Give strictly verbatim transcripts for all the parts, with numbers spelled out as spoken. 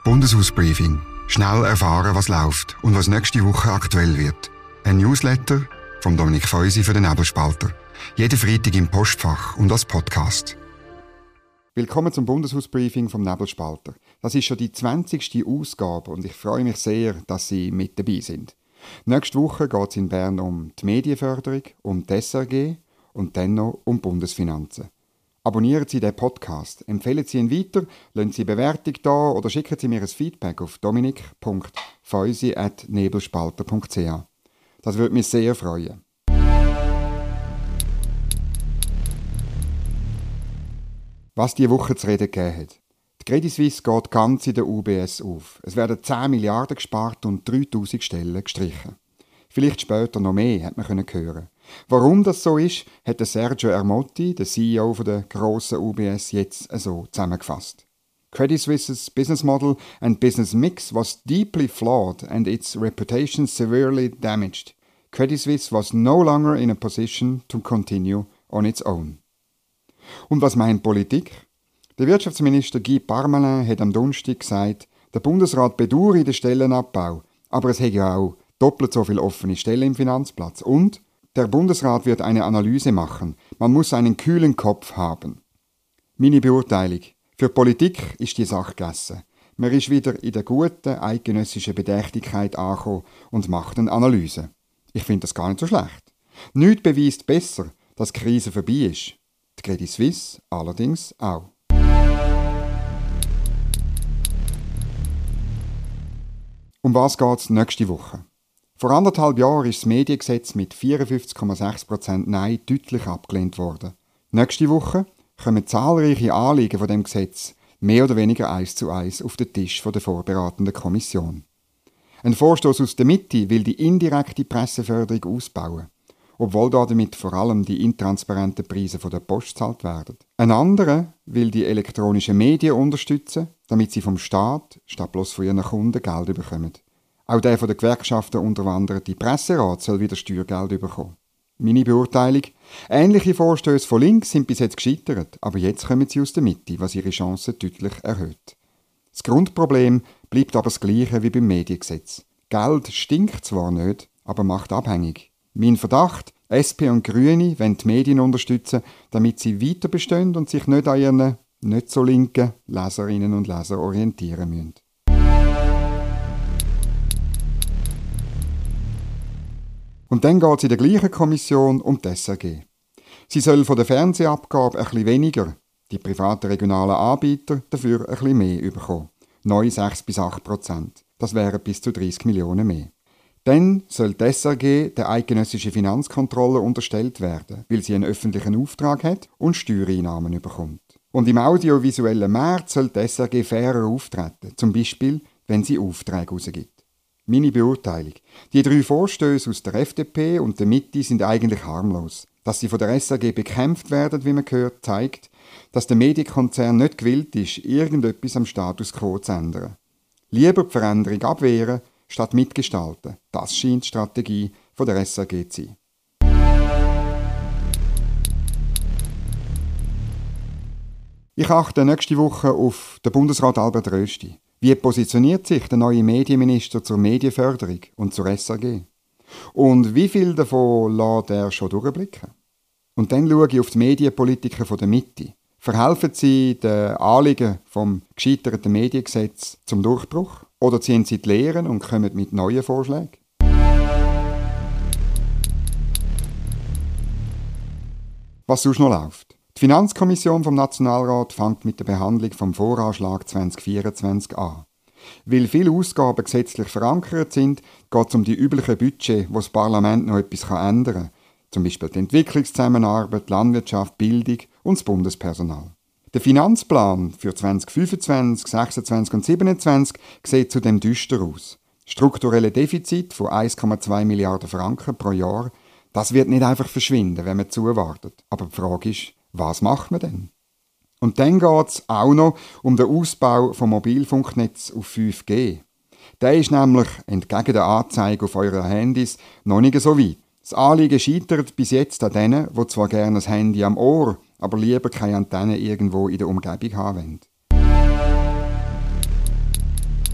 Bundeshausbriefing. Schnell erfahren, was läuft und was nächste Woche aktuell wird. Ein Newsletter von Dominik Feusi für den Nebelspalter. Jeden Freitag im Postfach und als Podcast. Willkommen zum Bundeshausbriefing vom Nebelspalter. Das ist schon die zwanzigste Ausgabe und ich freue mich sehr, dass Sie mit dabei sind. Nächste Woche geht es in Bern um die Medienförderung, um die S R G und dann noch um Bundesfinanzen. Abonnieren Sie den Podcast, empfehlen Sie ihn weiter, lassen Sie eine Bewertung da oder schicken Sie mir ein Feedback auf dominik punkt feusi at nebelspalter punkt c h. Das würde mich sehr freuen. Was diese Woche zu reden gegeben hat. Die Credit Suisse geht ganz in der U B S auf. Es werden zehn Milliarden gespart und dreitausend Stellen gestrichen. Vielleicht später noch mehr, hat man hören. Warum das so ist, hat Sergio Ermotti, der C E O der grossen U B S, jetzt so zusammengefasst. Credit Suisse's business model and business mix was deeply flawed and its reputation severely damaged. Credit Suisse was no longer in a position to continue on its own. Und was meint Politik? Der Wirtschaftsminister Guy Parmelin hat am Donnerstag gesagt, der Bundesrat bedauere den Stellenabbau, aber es hätte ja auch doppelt so viele offene Stellen im Finanzplatz. Und der Bundesrat wird eine Analyse machen. Man muss einen kühlen Kopf haben. Meine Beurteilung. Für Politik ist die Sache gegessen. Man ist wieder in der guten eidgenössischen Bedächtigkeit angekommen und macht eine Analyse. Ich finde das gar nicht so schlecht. Nichts beweist besser, dass die Krise vorbei ist. Die Credit Suisse allerdings auch. Um was geht es nächste Woche? Vor anderthalb Jahren ist das Mediengesetz mit vierundfünfzig Komma sechs Prozent Nein deutlich abgelehnt worden. Nächste Woche kommen zahlreiche Anliegen von dem Gesetz mehr oder weniger eins zu eins auf den Tisch der vorberatenden Kommission. Ein Vorstoß aus der Mitte will die indirekte Presseförderung ausbauen, obwohl damit vor allem die intransparenten Preise von der Post gezahlt werden. Ein anderer will die elektronischen Medien unterstützen, damit sie vom Staat statt bloß von ihren Kunden Geld bekommen. Auch der von den Gewerkschaften unterwanderte Presserat soll wieder Steuergeld bekommen. Meine Beurteilung: Ähnliche Vorstöße von links sind bis jetzt gescheitert, aber jetzt kommen sie aus der Mitte, was ihre Chancen deutlich erhöht. Das Grundproblem bleibt aber das gleiche wie beim Mediengesetz. Geld stinkt zwar nicht, aber macht abhängig. Mein Verdacht: S P und Grüne wollen die Medien unterstützen, damit sie weiter bestehen und sich nicht an ihren nicht so linken Leserinnen und Leser orientieren müssen. Und dann geht es in der gleichen Kommission um die S R G. Sie soll von der Fernsehabgabe ein bisschen weniger, die privaten regionalen Anbieter dafür ein bisschen mehr bekommen. Neu sechs bis acht Prozent. Das wären bis zu dreißig Millionen mehr. Dann soll die S R G der eidgenössischen Finanzkontrolle unterstellt werden, weil sie einen öffentlichen Auftrag hat und Steuereinnahmen bekommt. Und im audiovisuellen Markt soll die S R G fairer auftreten, zum Beispiel, wenn sie Aufträge rausgibt. Meine Beurteilung: Die drei Vorstöße aus der F D P und der Mitte sind eigentlich harmlos. Dass sie von der S R G bekämpft werden, wie man hört, zeigt, dass der Medienkonzern nicht gewillt ist, irgendetwas am Status quo zu ändern. Lieber die Veränderung abwehren, statt mitgestalten. Das scheint die Strategie von der S R G zu sein. Ich achte nächste Woche auf den Bundesrat Albert Rösti. Wie positioniert sich der neue Medienminister zur Medienförderung und zur S R G? Und wie viel davon lässt er schon durchblicken? Und dann schaue ich auf die Medienpolitiker von der Mitte. Verhelfen sie den Anliegen vom gescheiterten Mediengesetz zum Durchbruch? Oder ziehen sie die Lehren und kommen mit neuen Vorschlägen? Was sonst noch läuft? Die Finanzkommission vom Nationalrat fängt mit der Behandlung vom Voranschlag zwanzig vierundzwanzig an. Weil viele Ausgaben gesetzlich verankert sind, geht es um die üblichen Budgets, wo das Parlament noch etwas ändern kann. Zum Beispiel die Entwicklungszusammenarbeit, die Landwirtschaft, Bildung und das Bundespersonal. Der Finanzplan für zwanzig fünfundzwanzig, sechsundzwanzig und siebenundzwanzig sieht zudem düster aus. Strukturelle Defizit von eins Komma zwei Milliarden Franken pro Jahr, das wird nicht einfach verschwinden, wenn man zuwartet. Aber die Frage ist, was macht man denn? Und dann geht es auch noch um den Ausbau vom Mobilfunknetz auf fünf G. Der ist nämlich, entgegen der Anzeige auf euren Handys, noch nicht so weit. Das Anliegen scheitert bis jetzt an denen, die zwar gerne ein Handy am Ohr, aber lieber keine Antenne irgendwo in der Umgebung haben wollen.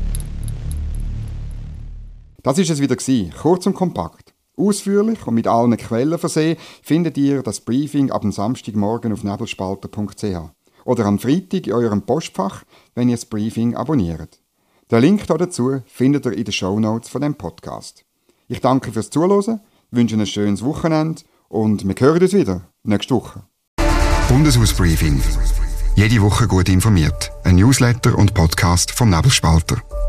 Das ist es wieder gewesen, kurz und kompakt. Ausführlich und mit allen Quellen versehen findet ihr das Briefing ab dem Samstagmorgen auf nebelspalter punkt c h oder am Freitag in eurem Postfach, wenn ihr das Briefing abonniert. Den Link dazu findet ihr in den Shownotes von dem Podcast. Ich danke fürs Zuhören, wünsche ein schönes Wochenende und wir hören uns wieder nächste Woche. Bundeshausbriefing. Jede Woche gut informiert. Ein Newsletter und Podcast vom Nebelspalter.